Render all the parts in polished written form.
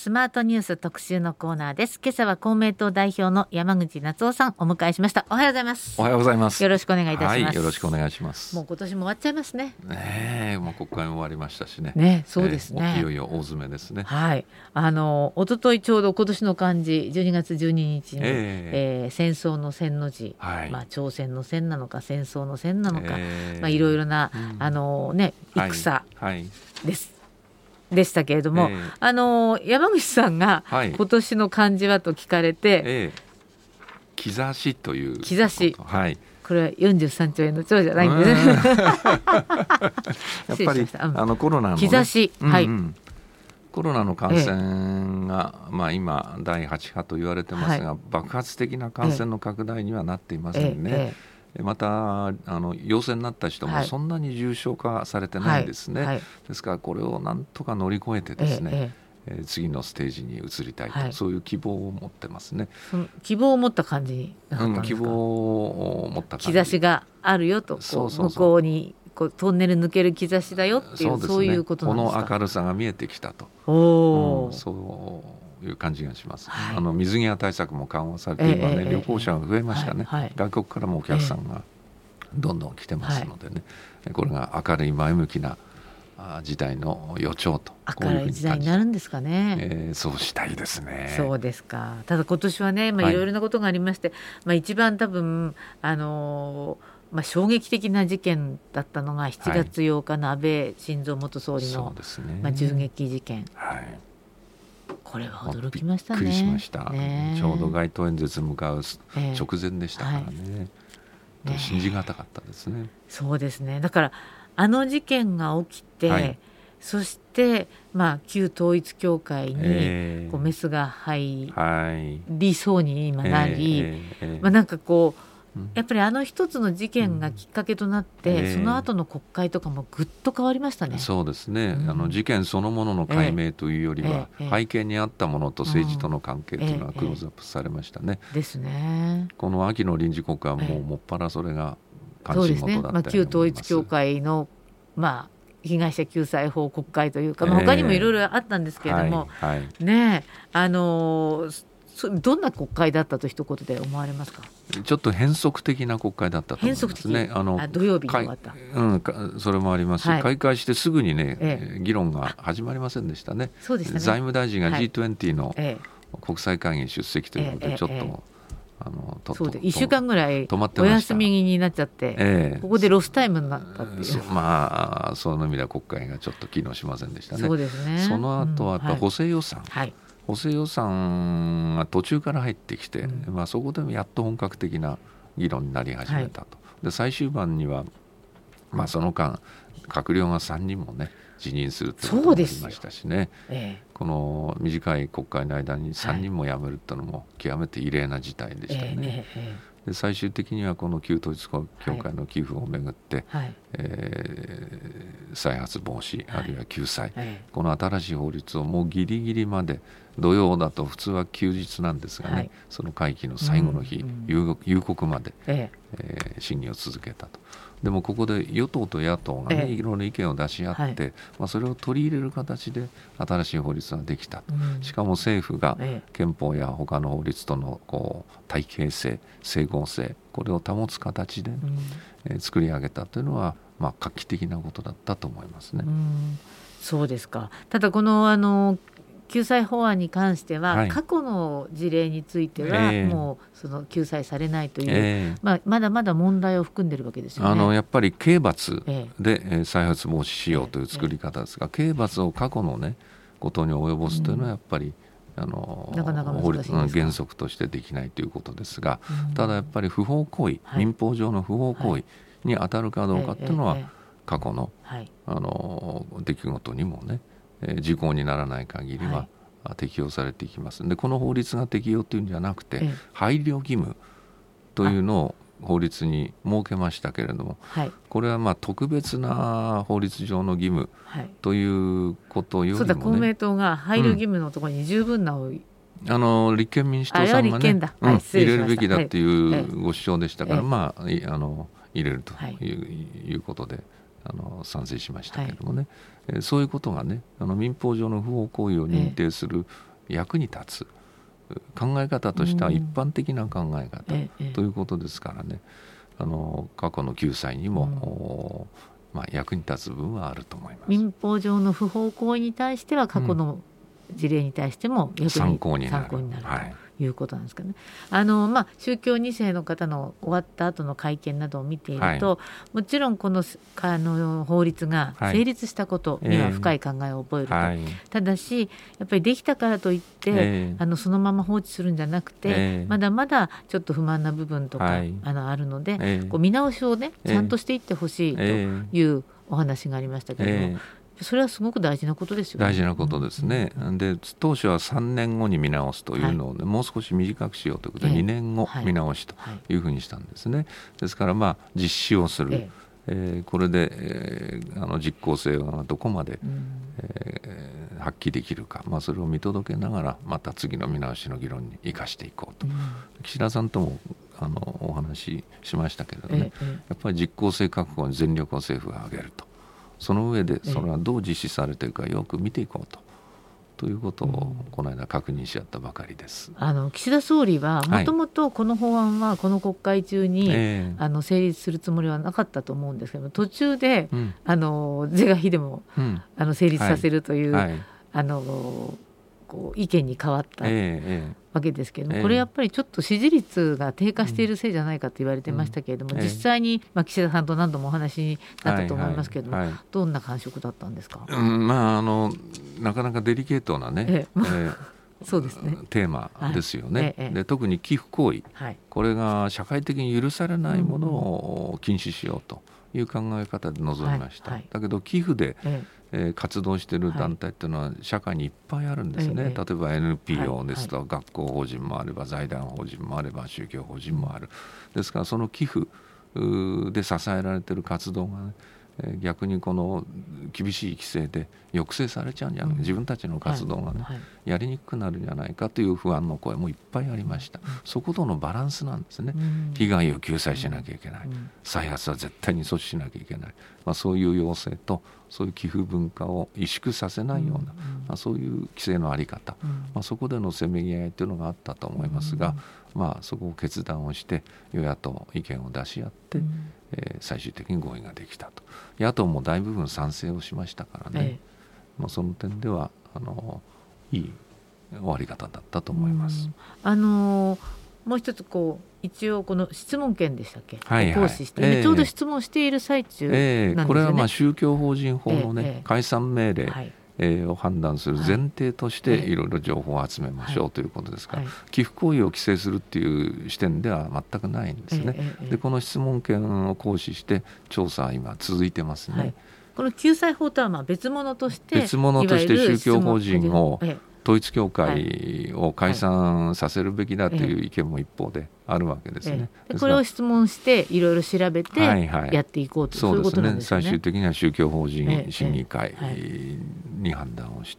スマートニュース特集のコーナーです。今朝は公明党代表の山口那津男さんお迎えしました。おはようございます。 おはようございます。 よろしくお願いいたします。 はい、よろしくお願いします。 もう今年も終わっちゃいますね。 ねえ、もう国会も終わりましたしね。 ね、そうですね。 いよいよ大詰めですね。 はい、一昨日ちょうど今年の漢字12月12日に、戦争の戦の字、朝鮮の戦なのか戦争の戦なのか、いろいろな、戦です、でしたけれども、山口さんが今年の漢字はと聞かれて、 兆しという兆し、これは43兆円の兆じゃないんでねやっぱりコロナの、 兆し、 コロナの感染が、今第8波と言われてますが、爆発的な感染の拡大にはなっていませんね。また陽性になった人もそんなに重症化されてないですね。ですからこれをなんとか乗り越えてですね、次のステージに移りたいと、そういう希望を持ってますね。 その希望を持った感じになったんですか。 希望を持った感じ、 兆しがあるよと、向こうにトンネル抜ける兆しだよっていう、そういうことなんですか。 この明るさが見えてきたと、そういう感じがします。水際対策も緩和されて今ね、旅行者が増えましたね。外国からもお客さんがどんどん来てますのでね、これが明るい前向きな時代の予兆と、 明るい時代になるんですかね。 そうしたいですね。 そうですか。ただ今年はね、いろいろなことがありまして、一番多分衝撃的な事件だったのが7月8日の安倍晋三元総理の、銃撃事件、これは驚きましたね。 びっくりしました、ちょうど街頭演説向かう直前でしたからね、信じがたかったですね。 そうですね。だから事件が起きて、そして旧統一教会にメスが入りそうに今なり、なんかやっぱり一つの事件がきっかけとなって、その後の国会とかもぐっと変わりましたね。 そうですね、事件そのものの解明というよりは、背景にあったものと政治との関係というのはクローズアップされましたね。 ですね。 この秋の臨時国会はもっぱらそれが関心事だったように思います。 旧統一教会の被害者救済法国会というか、他にもいろいろあったんですけれども、どんな国会だったと一言で思われますか。 ちょっと変則的な国会だったと思いますね。 土曜日に終わった、 それもありますし、開会してすぐにね、議論が始まりませんでしたね。 そうでしたね。 財務大臣が G20 の国際会議に出席ということで、ちょっと 1週間ぐらいお休みになっちゃって、ここでロスタイムになったっていう、 その意味では国会がちょっと機能しませんでしたね。 そうですね。 その後はやっぱ補正予算、補正予算が途中から入ってきて、そこでもやっと本格的な議論になり始めたと。で最終盤には、その間閣僚が3人もね辞任するということがありましたしね、この短い国会の間に3人も辞めるというのも極めて異例な事態でしたね。で最終的にはこの旧統一教会の寄付をめぐって、再発防止あるいは救済、この新しい法律をもうギリギリまで、土曜だと普通は休日なんですがね、その会期の最後の日、夕刻まで、審議を続けたと。でもここで与党と野党がいろいろ意見を出し合って、それを取り入れる形で新しい法律ができた。しかも政府が憲法や他の法律との対形性、整合性、これを保つ形で、作り上げたというのは、画期的なことだったと思いますね。 そうですか。ただこの救済法案に関しては、過去の事例についてはもうその救済されないという、まだまだ問題を含んでるわけですよね。 やっぱり刑罰で、再発防止しようという作り方ですが、刑罰を過去のことに及ぼすというのはやっぱり、 なかなか難しいですか。 原則としてできないということですが、ただやっぱり不法行為、民法上の不法行為に当たるかどうかっていうのは、過去の、出来事にもね、時効にならない限りは適用されていきます。でこの法律が適用というんじゃなくて、配慮義務というのを法律に設けましたけれども、これは特別な法律上の義務ということよりもね、 そうだ、公明党が配慮義務のところに十分な立憲民主党さんがね、入れるべきだっていうご主張でしたから、入れるということで賛成しましたけれどもね、そういうことがね、民法上の不法行為を認定する役に立つ考え方としては一般的な考え方ということですからね、過去の救済にも、役に立つ部分はあると思います。 民法上の不法行為に対しては過去の事例に対しても役に参考になるということなんですかね。宗教2世の方の終わった後の会見などを見ていると、もちろんこの法律が成立したことには深い考えを覚えると、ただしやっぱりできたからといって、そのまま放置するんじゃなくて、まだまだちょっと不満な部分とか、あるので、こう見直しをねちゃんとしていってほしいというお話がありましたけれども、それはすごく大事なことですよね。 大事なことですね。で当初は3年後に見直すというのを、もう少し短くしようということで2年後見直しというふうにしたんですね。ですから実施をする、これで、実効性がどこまで、発揮できるか、それを見届けながらまた次の見直しの議論に生かしていこうと、岸田さんともお話ししましたけどね、やっぱり実効性確保に全力を政府が挙げると、その上でそれはどう実施されているかよく見ていこうということをこの間確認し合ったばかりです。 岸田総理はもともとこの法案はこの国会中に、成立するつもりはなかったと思うんですけど、途中で、是が非でも、成立させるという、こう意見に変わったわけですけれども、これやっぱりちょっと支持率が低下しているせいじゃないかと言われてましたけれども、実際に、岸田さんと何度もお話になったと思いますけれども、どんな感触だったんですか？ なかなかデリケートなね、 そうですね、 テーマですよね。で特に寄付行為、これが社会的に許されないものを禁止しようという考え方で臨みました。だけど寄付で、活動している団体っていうのは社会にいっぱいあるんですね。例えば NPO ですと、学校法人もあれば財団法人もあれば宗教法人もある。ですからその寄付で支えられている活動がね、逆にこの厳しい規制で抑制されちゃうんじゃないか、自分たちの活動がね、やりにくくなるんじゃないかという不安の声もいっぱいありました。そことのバランスなんですね。被害を救済しなきゃいけない、再発は絶対に阻止しなきゃいけない、そういう要請とそういう寄付文化を萎縮させないような、そういう規制の在り方、そこでのせめぎ合いというのがあったと思いますが、そこを決断をして与野党意見を出し合って、最終的に合意ができたと。野党も大部分賛成をしましたからね、その点ではいい終わり方だったと思います。 もう一つ一応この質問権でしたっけ、行使して、ちょうど質問している最中なんですよね。 これは宗教法人法のね、解散命令、を判断する前提としていろいろ情報を集めましょうということですから、寄付行為を規制するっていう視点では全くないんですね。でこの質問権を行使して調査は今続いてますね。 この救済法とは別物として宗教法人を統一教会を解散させるべきだという意見も一方であるわけですね。 これを質問していろいろ調べてやっていこうと、そういうことなんですね。 最終的には宗教法人審議会に判断をして、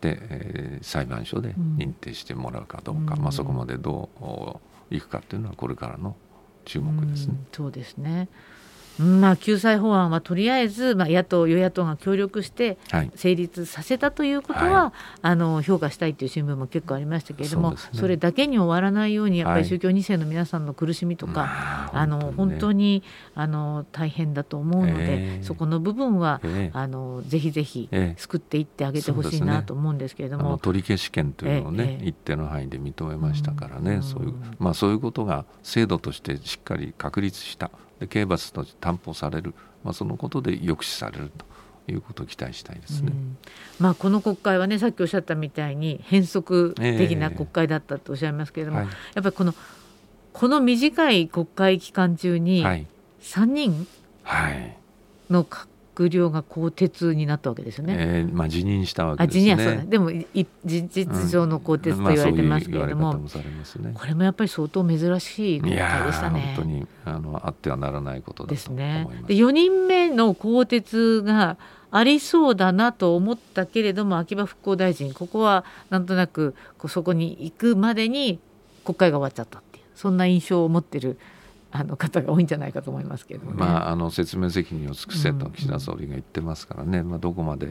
裁判所で認定してもらうかどうか、そこまでどういくかというのはこれからの注目ですね。 そうですね。救済法案はとりあえず、野党与野党が協力して成立させたということは、評価したいという新聞も結構ありましたけれども、 それだけに終わらないようにやっぱり宗教2世の皆さんの苦しみとか、本当に大変だと思うので、そこの部分はぜひぜひ救っていってあげてほしいなと思うんですけれども、 取り消し権というのをね、一定の範囲で認めましたからね、そういうことが制度としてしっかり確立した、刑罰として担保される、そのことで抑止されるということを期待したいですね。 この国会はね、さっきおっしゃったみたいに変則的な国会だったとおっしゃいますけれども、やっぱりこの短い国会期間中に3人の閣僚が更迭になったわけですよね。 辞任したわけですね。 でも事実上の更迭と言われてますけれども、これもやっぱり相当珍しい国会でしたね。 本当にあってはならないことだと思います。 で4人目の更迭がありそうだなと思ったけれども、秋葉復興大臣、ここはなんとなくそこに行くまでに国会が終わっちゃったっていう、そんな印象を持ってる方が多いんじゃないかと思いますけどね。 説明責任を尽くせと岸田総理が言ってますからね、どこまで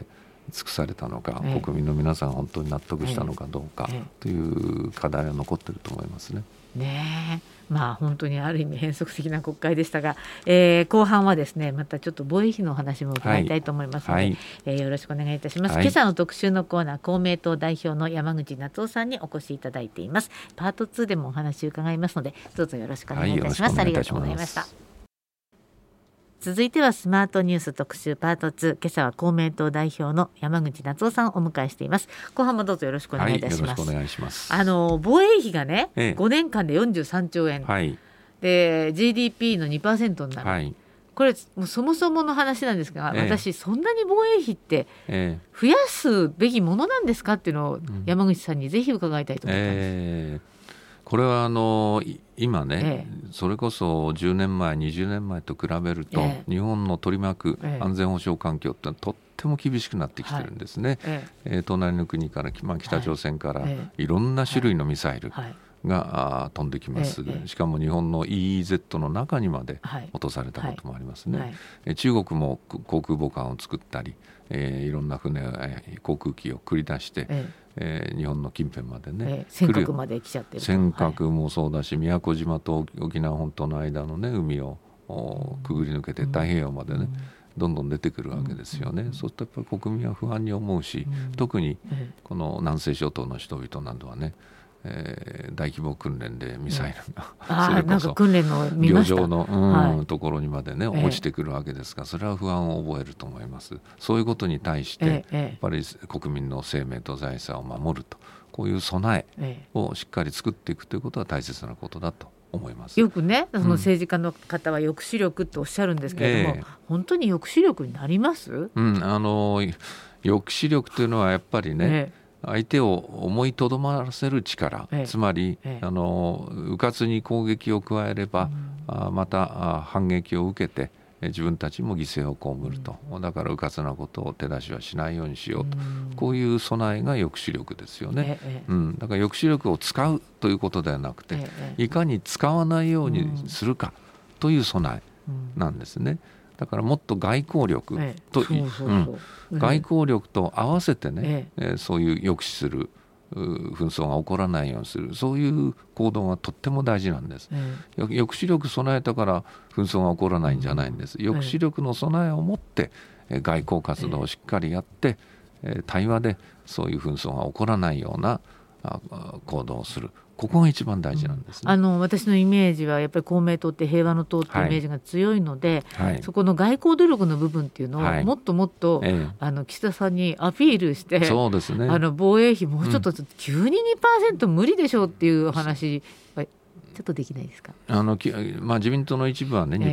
尽くされたのか、国民の皆さんが本当に納得したのかどうかという課題は残っていると思いますね。 本当にある意味変則的な国会でしたが、後半はですねまたちょっと防衛費のお話も伺いたいと思いますので、よろしくお願いいたします。今朝の特集のコーナー、公明党代表の山口那津男さんにお越しいただいています。パート2でもお話を伺いますのでどうぞよろしくお願いいたします。ありがとうございました。続いてはスマートニュース特集パート2、今朝は公明党代表の山口那津男さんをお迎えしています。後半もどうぞよろしくお願いいたします。 よろしくお願いします。 防衛費がね、5年間で43兆円、で GDP の 2% になる、これもうそもそもの話なんですが、私そんなに防衛費って増やすべきものなんですかっていうのを山口さんにぜひ伺いたいと思ったんです。 これは今ね、それこそ10年前20年前と比べると、日本の取り巻く安全保障環境ってとっても厳しくなってきてるんですね。隣の国から、北朝鮮からいろんな種類のミサイルが飛んできます。しかも日本の EEZ の中にまで落とされたこともありますね。中国も航空母艦を作ったり、いろんな船、航空機を繰り出して、日本の近辺までね、 尖閣まで来ちゃってる。 尖閣もそうだし、宮古島と沖縄本島の間のね海をくぐり抜けて太平洋までね、どんどん出てくるわけですよね。そうするとやっぱり国民は不安に思うし、特にこの南西諸島の人々などはね、大規模訓練でミサイルが、それこそ漁場の、ところにまでね落ちてくるわけですが、それは不安を覚えると思います。そういうことに対して、やっぱり国民の生命と財産を守ると、こういう備えをしっかり作っていくということは大切なことだと思います。 よくね、その政治家の方は抑止力っておっしゃるんですけれども、本当に抑止力になります？ 抑止力というのはやっぱりね、相手を思いとどまらせる力、つまり迂闊に攻撃を加えれば、また反撃を受けて自分たちも犠牲を被ると、だから迂闊なことを手出しはしないようにしようと、こういう備えが抑止力ですよね。だから抑止力を使うということではなくて、いかに使わないようにするかという備えなんですね。だからもっと外交力と、外交力と合わせてね、そういう抑止する、紛争が起こらないようにする、そういう行動がとっても大事なんです。抑止力備えたから紛争が起こらないんじゃないんです。抑止力の備えを持って外交活動をしっかりやって、対話でそういう紛争が起こらないような行動をする、ここが一番大事なんですね。 私のイメージはやっぱり公明党って平和の党っていうイメージが強いので、そこの外交努力の部分っていうのをもっともっと、岸田さんにアピールして、 そうですね、 防衛費もうちょっと、急に 2% 無理でしょうっていう話はちょっとできないですか？ 自民党の一部はね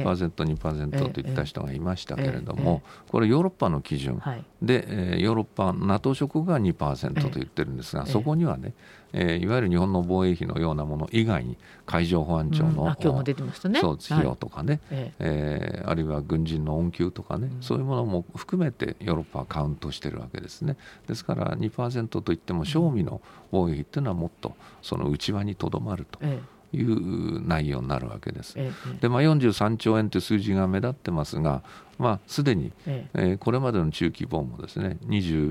2% と言った人がいましたけれども、これヨーロッパの基準で、ヨーロッパ NATO 諸国が 2% と言ってるんですが、そこにはね、いわゆる日本の防衛費のようなもの以外に海上保安庁の、 今日も出てましたね、 費用とかね、あるいは軍人の恩給とかね、そういうものも含めてヨーロッパはカウントしてるわけですね。ですから 2% といっても正味の防衛費っていうのはもっとその内輪にとどまるという内容になるわけです。で、43兆円という数字が目立ってますが、すでに、これまでの中期防もですね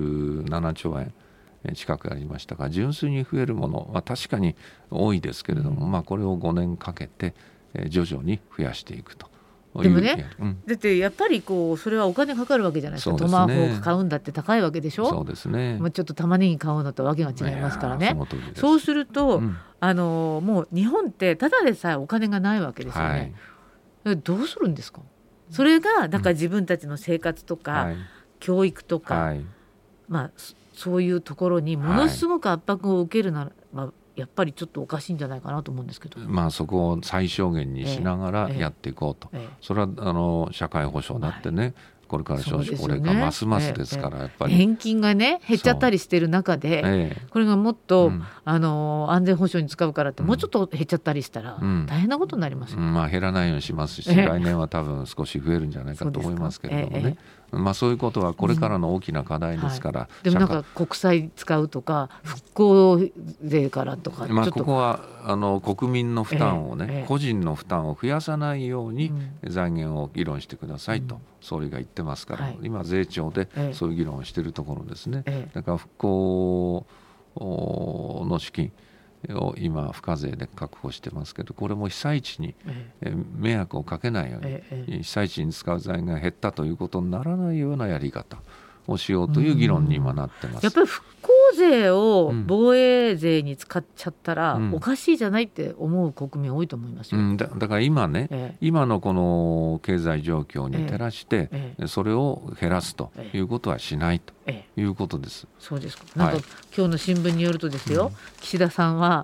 27兆円近くありましたが、純粋に増えるものは確かに多いですけれども、これを5年かけて徐々に増やしていくと。 でもね、だってやっぱりそれはお金かかるわけじゃないですか。トマホーク買うんだって高いわけでしょ。 そうですね。 ちょっと玉ねぎ買うのとわけが違いますからね。そうすると、もう日本ってただでさえお金がないわけですよね。どうするんですか？それがだから自分たちの生活とか、教育とか、そういうところにものすごく圧迫を受けるなら、やっぱりちょっとおかしいんじゃないかなと思うんですけど、 そこを最小限にしながらやっていこうと、それは社会保障だってね、これから少子高齢化ますますですから、やっぱり年金がね減っちゃったりしてる中で、これがもっと、安全保障に使うからってもうちょっと減っちゃったりしたら大変なことになりますよ。 減らないようにしますし、来年は多分少し増えるんじゃないかと思いますけれどもね、 そういうことはこれからの大きな課題ですから、 でもなんか国債使うとか復興税からとか、 ここは国民の負担をね、個人の負担を増やさないように財源を議論してくださいと総理が言ってますから、今税調でそういう議論をしているところですね。だから復興の資金を今付加税で確保してますけど、これも被災地に迷惑をかけないように、被災地に使う財源が減ったということにならないようなやり方をしようという議論に今なってます。 やっぱり復興税を防衛税に使っちゃったらおかしいじゃないって思う国民多いと思いますよ。 だから今ね、今のこの経済状況に照らしてそれを減らすということはしないということです。 そうですか。なんか今日の新聞によるとですよ、岸田さんは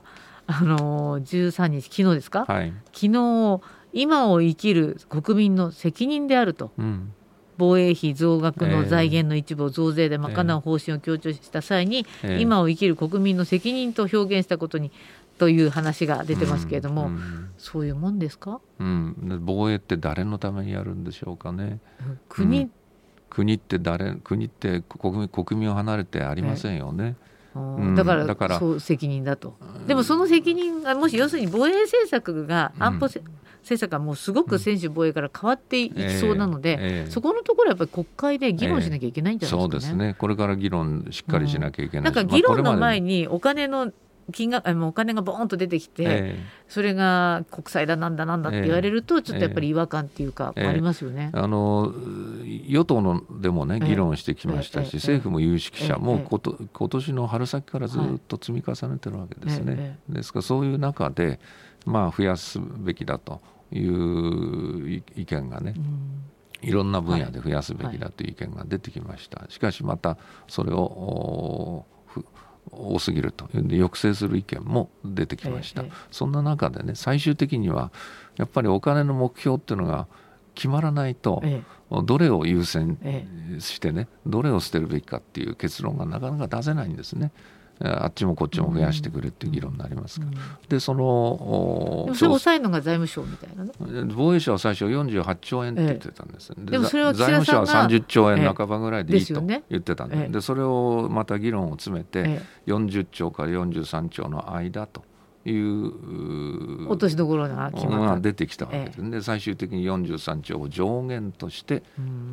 13日昨日ですか、昨日今を生きる国民の責任であると、防衛費増額の財源の一部を増税で賄う方針を強調した際に、今を生きる国民の責任と表現したことにという話が出てますけれども、そういうもんですか？ 防衛って誰のためにやるんでしょうかね。国って国民を離れてありませんよね。 だからそう責任だと。でもその責任がもし要するに防衛政策が安保政策がもうすごく専守防衛から変わっていきそうなので、そこのところやっぱり国会で議論しなきゃいけないんじゃないですかね。 そうですね。これから議論しっかりしなきゃいけない。 なんか議論の前にお金の金額お金がボーンと出てきて、それが国債だなんだって言われるとちょっとやっぱり違和感っていうかありますよね。 与党のでもね議論してきましたし、政府も有識者も今年の春先からずっと積み重ねてるわけですね。ですからそういう中で増やすべきだという意見がね、いろんな分野で増やすべきだという意見が出てきました。しかしまたそれを多すぎるというんで抑制する意見も出てきました。そんな中でね、最終的にはやっぱりお金の目標っていうのが決まらないと、どれを優先してね、どれを捨てるべきかっていう結論がなかなか出せないんですね。あっちもこっちも増やしてくれっていう議論になりますから、でそれを抑えるのが財務省みたいなね。 防衛省は最初48兆円って言ってたんです。 でもそれは財務省は30兆円半ばぐらいでいいと言ってたんで、それをまた議論を詰めて40兆から43兆の間という落としどころが決まった出てきたわけです。で最終的に43兆を上限として、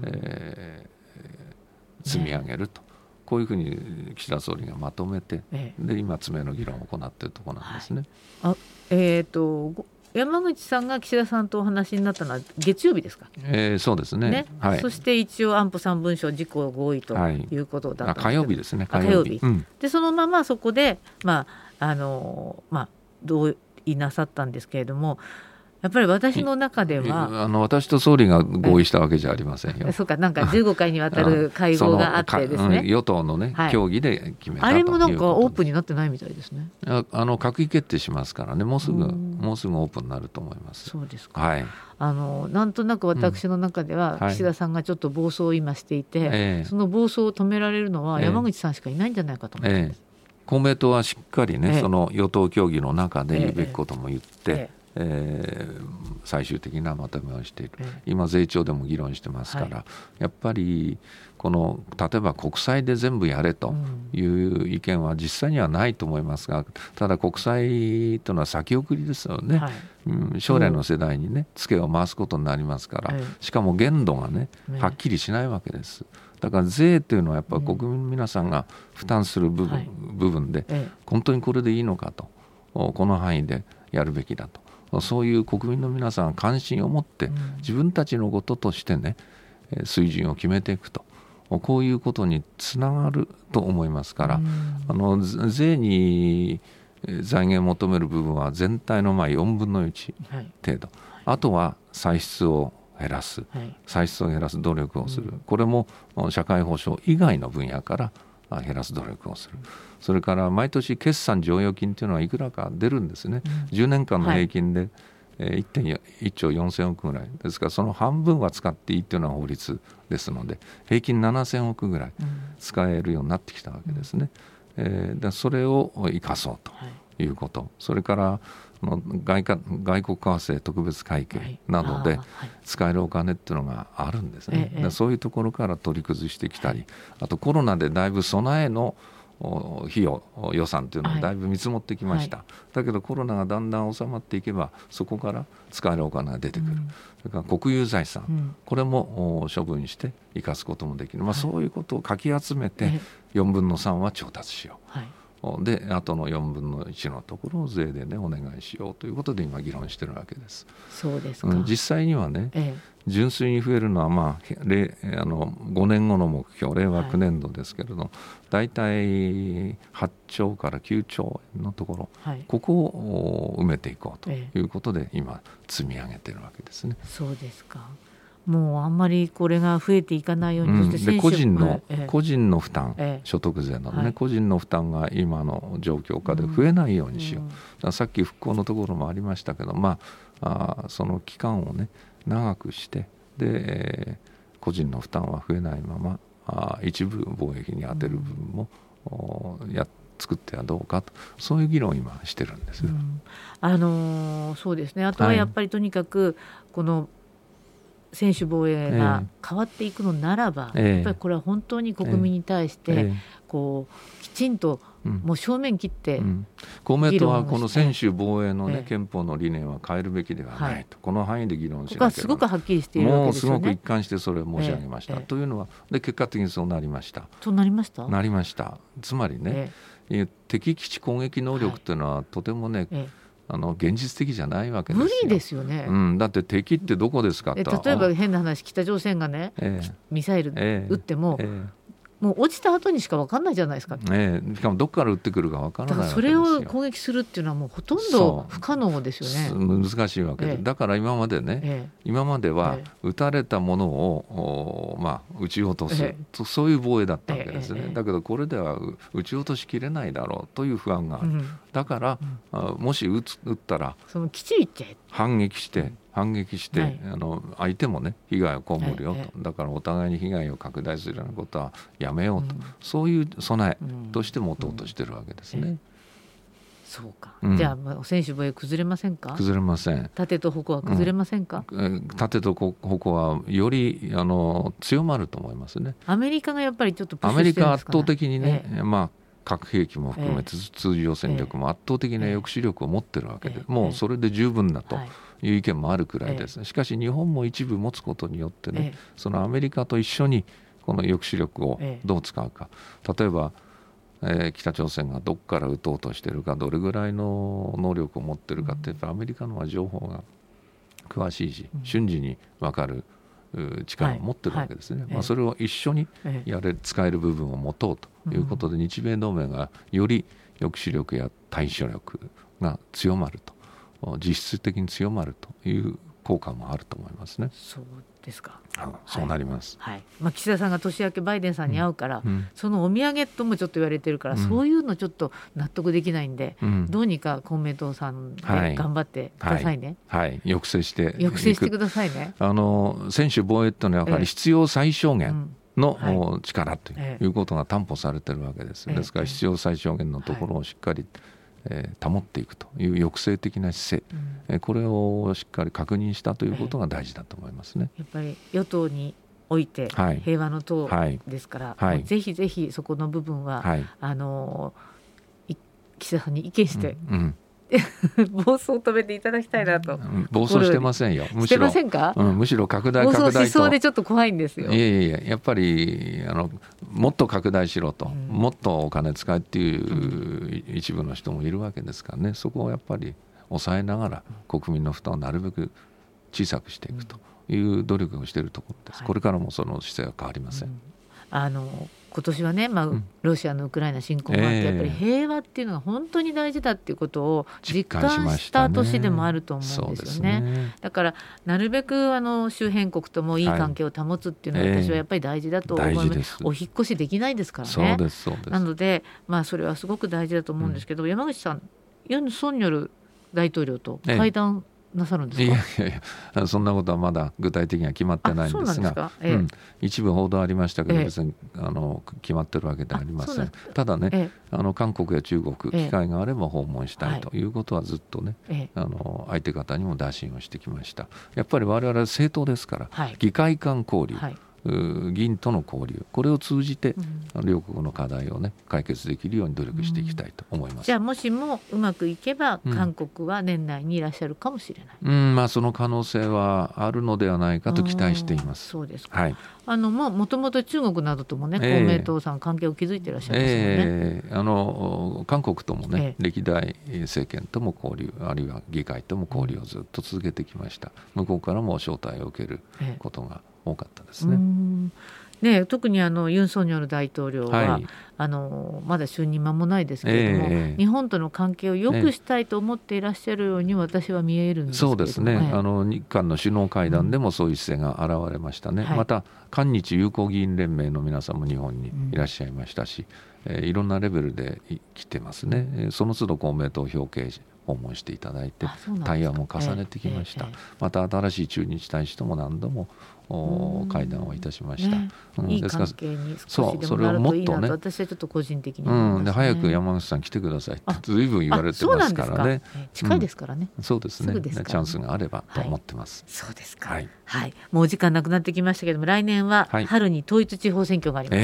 積み上げると、こういうふうに岸田総理がまとめて、で今詰めの議論を行っているところなんですね。 山口さんが岸田さんとお話になったのは月曜日ですか？ そうですね。 そして一応安保3文書事項合意ということだったんですけど、 火曜日ですね。 火曜日、でそのままそこで同意なさったんですけれども、やっぱり私の中では私と総理が合意したわけじゃありませんよ。 そうか、なんか15回にわたる会合があってですね、 与党のね、協議で決めたということで、 あれもなんかオープンになってないみたいですね。 閣議決定しますからね、もうすぐオープンになると思います。 そうですか。なんとなく私の中では岸田さんがちょっと暴走を今していて、その暴走を止められるのは山口さんしかいないんじゃないかと思ってます。 公明党はしっかりね、その与党協議の中で言うべきことも言って、最終的なまとめをしている。今税調でも議論してますから、やっぱり例えば国債で全部やれという意見は実際にはないと思いますが、ただ国債というのは先送りですよね。将来の世代にねツケを回すことになりますから、しかも限度がねはっきりしないわけです。だから税というのはやっぱり国民の皆さんが負担する部分で、本当にこれでいいのかと、この範囲でやるべきだと、そういう国民の皆さんが関心を持って自分たちのこととしてね水準を決めていくと、こういうことにつながると思いますから、税に財源を求める部分は全体の4分の1程度、あとは歳出を減らす、歳出を減らす努力をする、これも社会保障以外の分野から減らす努力をする。それから毎年決算剰余金というのはいくらか出るんですね。10年間の平均で1兆4000億ぐらいですから、その半分は使っていいというのは法律ですので、平均7000億ぐらい使えるようになってきたわけですね。 それを生かそうということ、それから外国為替特別会計などで使えるお金っていうのがあるんですね。そういうところから取り崩してきたり、あとコロナでだいぶ備えの費用予算というのがだいぶ見積もってきました、だけどコロナがだんだん収まっていけばそこから使えるお金が出てくる、それから国有財産、これも処分して生かすこともできる、そういうことをかき集めて4分の3は調達しよう、であとの4分の1のところを税でねお願いしようということで今議論してるわけです。 そうですか。 実際にはね、純粋に増えるのは5年後の目標、令和9年度ですけれど、だいたい8兆から9兆円のところ、ここを埋めていこうということで今積み上げてるわけですね。 そうですか。もうあんまりこれが増えていかないように、 で個人の負担、所得税のね、個人の負担が今の状況下で増えないようにしよう、さっき復興のところもありましたけど、その期間をね長くして、で、個人の負担は増えないまま一部貿易に充てる部分も作ってはどうかと、そういう議論を今してるんです、 そうですね。あとはやっぱりとにかくこの専守防衛が変わっていくのならば、やっぱりこれは本当に国民に対してこうきちんともう正面切って、 公明党はこの専守防衛の、憲法の理念は変えるべきではないと、この範囲で議論しなければ、 ここはすごくはっきりしているわけですよね。 もうすごく一貫してそれを申し上げました、というのはで結果的にそうなりました。 そうなりました。 なりました。つまりね、敵基地攻撃能力というのはとてもね、現実的じゃないわけですよ。 無理ですよね、 だって敵ってどこですかって、 例えば変な話、北朝鮮がね、ミサイル撃っても、もう落ちた後にしか分かんないじゃないですか、しかもどこから撃ってくるか分からないわけですよ。 だからそれを攻撃するっていうのはもうほとんど不可能ですよね。 難しいわけで、だから今までね、今までは撃たれたものを、撃ち落とす、そういう防衛だったわけですね、だけどこれでは撃ち落としきれないだろうという不安がある、だから、もし撃ったらその基地行っちゃえ、 反撃して相手もね被害を被るよと、だからお互いに被害を拡大するようなことはやめようと、そういう備えとして持とうとしてるわけですね。 そうか、じゃあ専守防衛崩れませんか。 崩れません。 盾と矛は崩れませんか。 盾と矛はより強まると思いますね。 アメリカがやっぱりちょっとプッシュアメリしてるんですかね。 カ圧倒的にね、核兵器も含めて通常戦力も圧倒的な抑止力を持ってるわけで、もうそれで十分だという意見もあるくらいです。しかし日本も一部持つことによってね、そのアメリカと一緒にこの抑止力をどう使うか、例えば北朝鮮がどこから撃とうとしているか、どれぐらいの能力を持っているかって、アメリカのは情報が詳しいし、瞬時に分かる力を持ってるわけですね。それを一緒に使える部分を持とうということで、日米同盟がより抑止力や対処力が強まると、実質的に強まるという効果もあると思いますね。 そうですか。 そうなります、 岸田さんが年明けバイデンさんに会うから、そのお土産ともちょっと言われてるから、そういうのちょっと納得できないんで、どうにか公明党さんで頑張ってくださいね。 抑制してくださいね。 専守防衛というのはやはり必要最小限の力ということが担保されているわけです。ですから必要最小限のところをしっかり保っていくという抑制的な姿勢、これをしっかり確認したということが大事だと思いますね。 やっぱり与党において平和の党ですから、ぜひぜひそこの部分は、岸田さんに意見して、暴走を止めていただきたいなと。 暴走してませんよ。むしろしてませんか。 むしろ拡大と。 暴走しそうでちょっと怖いんですよ。 やっぱりもっと拡大しろと、もっとお金使えっていう一部の人もいるわけですからね。そこをやっぱり抑えながら国民の負担をなるべく小さくしていくという努力をしているところです。これからもその姿勢は変わりません。 今年はね、ロシアのウクライナ侵攻もあって、やっぱり平和っていうのが本当に大事だっていうことを実感した年でもあると思うんですよね。だからなるべく周辺国ともいい関係を保つっていうのは、私はやっぱり大事だと思います。お引っ越しできないですからね。 そうです。 なので、それはすごく大事だと思うんですけど、山口さん、ユン・ソンニョル大統領と会談なさるんですか。 いやそんなことはまだ具体的には決まってないんですが、一部報道ありましたけど、別に決まってるわけではありません。ただね、韓国や中国、機会があれば訪問したいということはずっとね、相手方にも打診をしてきました。やっぱり我々は政党ですから、議会間交流、議員との交流、これを通じて両国の課題をね解決できるように努力していきたいと思います。 じゃあもしもうまくいけば韓国は年内にいらっしゃるかもしれない。 その可能性はあるのではないかと期待しています。 そうですか。もともと中国などともね、公明党さん関係を築いていらっしゃいますよね。 韓国ともね、歴代政権とも交流、あるいは議会とも交流をずっと続けてきました。向こうからも招待を受けることが多かったですね。 特にユン・ソンニョル大統領は、まだ就任間もないですけれども、日本との関係を良くしたいと思っていらっしゃるように私は見えるんですけれども、 そうですね、日韓の首脳会談でもそういう姿勢が現れましたね。また韓日友好議員連盟の皆さんも日本にいらっしゃいましたし、いろんなレベルで来てますね。その都度公明党表敬訪問していただいて対話も重ねてきました。また新しい駐日大使とも何度も会談をいたしました。 いい関係に少しでもなるといいなと私はちょっと個人的に思いますね。 で早く山口さん来てくださいって随分言われてますからね。 近いですからね。 そうですね。チャンスがあればと思ってます。 そうですか。もう時間なくなってきましたけども、来年は春に統一地方選挙があります。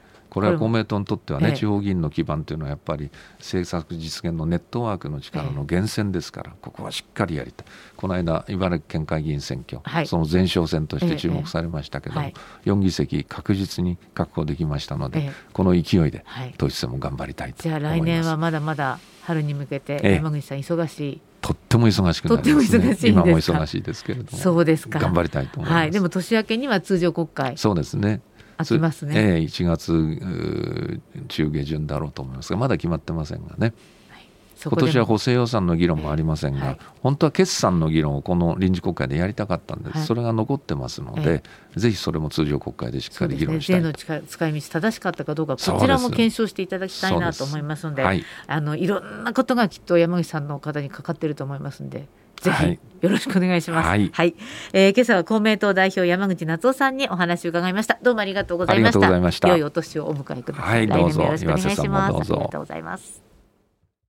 これは公明党にとってはね、地方議員の基盤というのはやっぱり政策実現のネットワークの力の源泉ですから、ここはしっかりやりたい。この間茨城県会議員選挙、その前哨戦として注目されましたけども、4議席確実に確保できましたので、この勢いで統一選も頑張りたいと思います。 じゃあ来年はまだまだ春に向けて山口さん忙しい。 とっても忙しくなりますね。今も忙しいですけれども、 そうですか。 頑張りたいと思います。 でも年明けには通常国会。 そうですね。 飽きますね。 1月中下旬だろうと思いますが、まだ決まってませんがね。今年は補正予算の議論もありませんが、本当は決算の議論をこの臨時国会でやりたかったんです。それが残ってますので、ぜひそれも通常国会でしっかり議論したいと。 税の使い道正しかったかどうか、こちらも検証していただきたいなと思いますので、いろんなことがきっと山口さんの方にかかっていると思いますので、ぜひよろしくお願いします。今朝は公明党代表山口那津男さんにお話を伺いました。どうもありがとうございました。良いお年をお迎えください。 どうぞ。 来年もよろしくお願いします。ありがとうございます。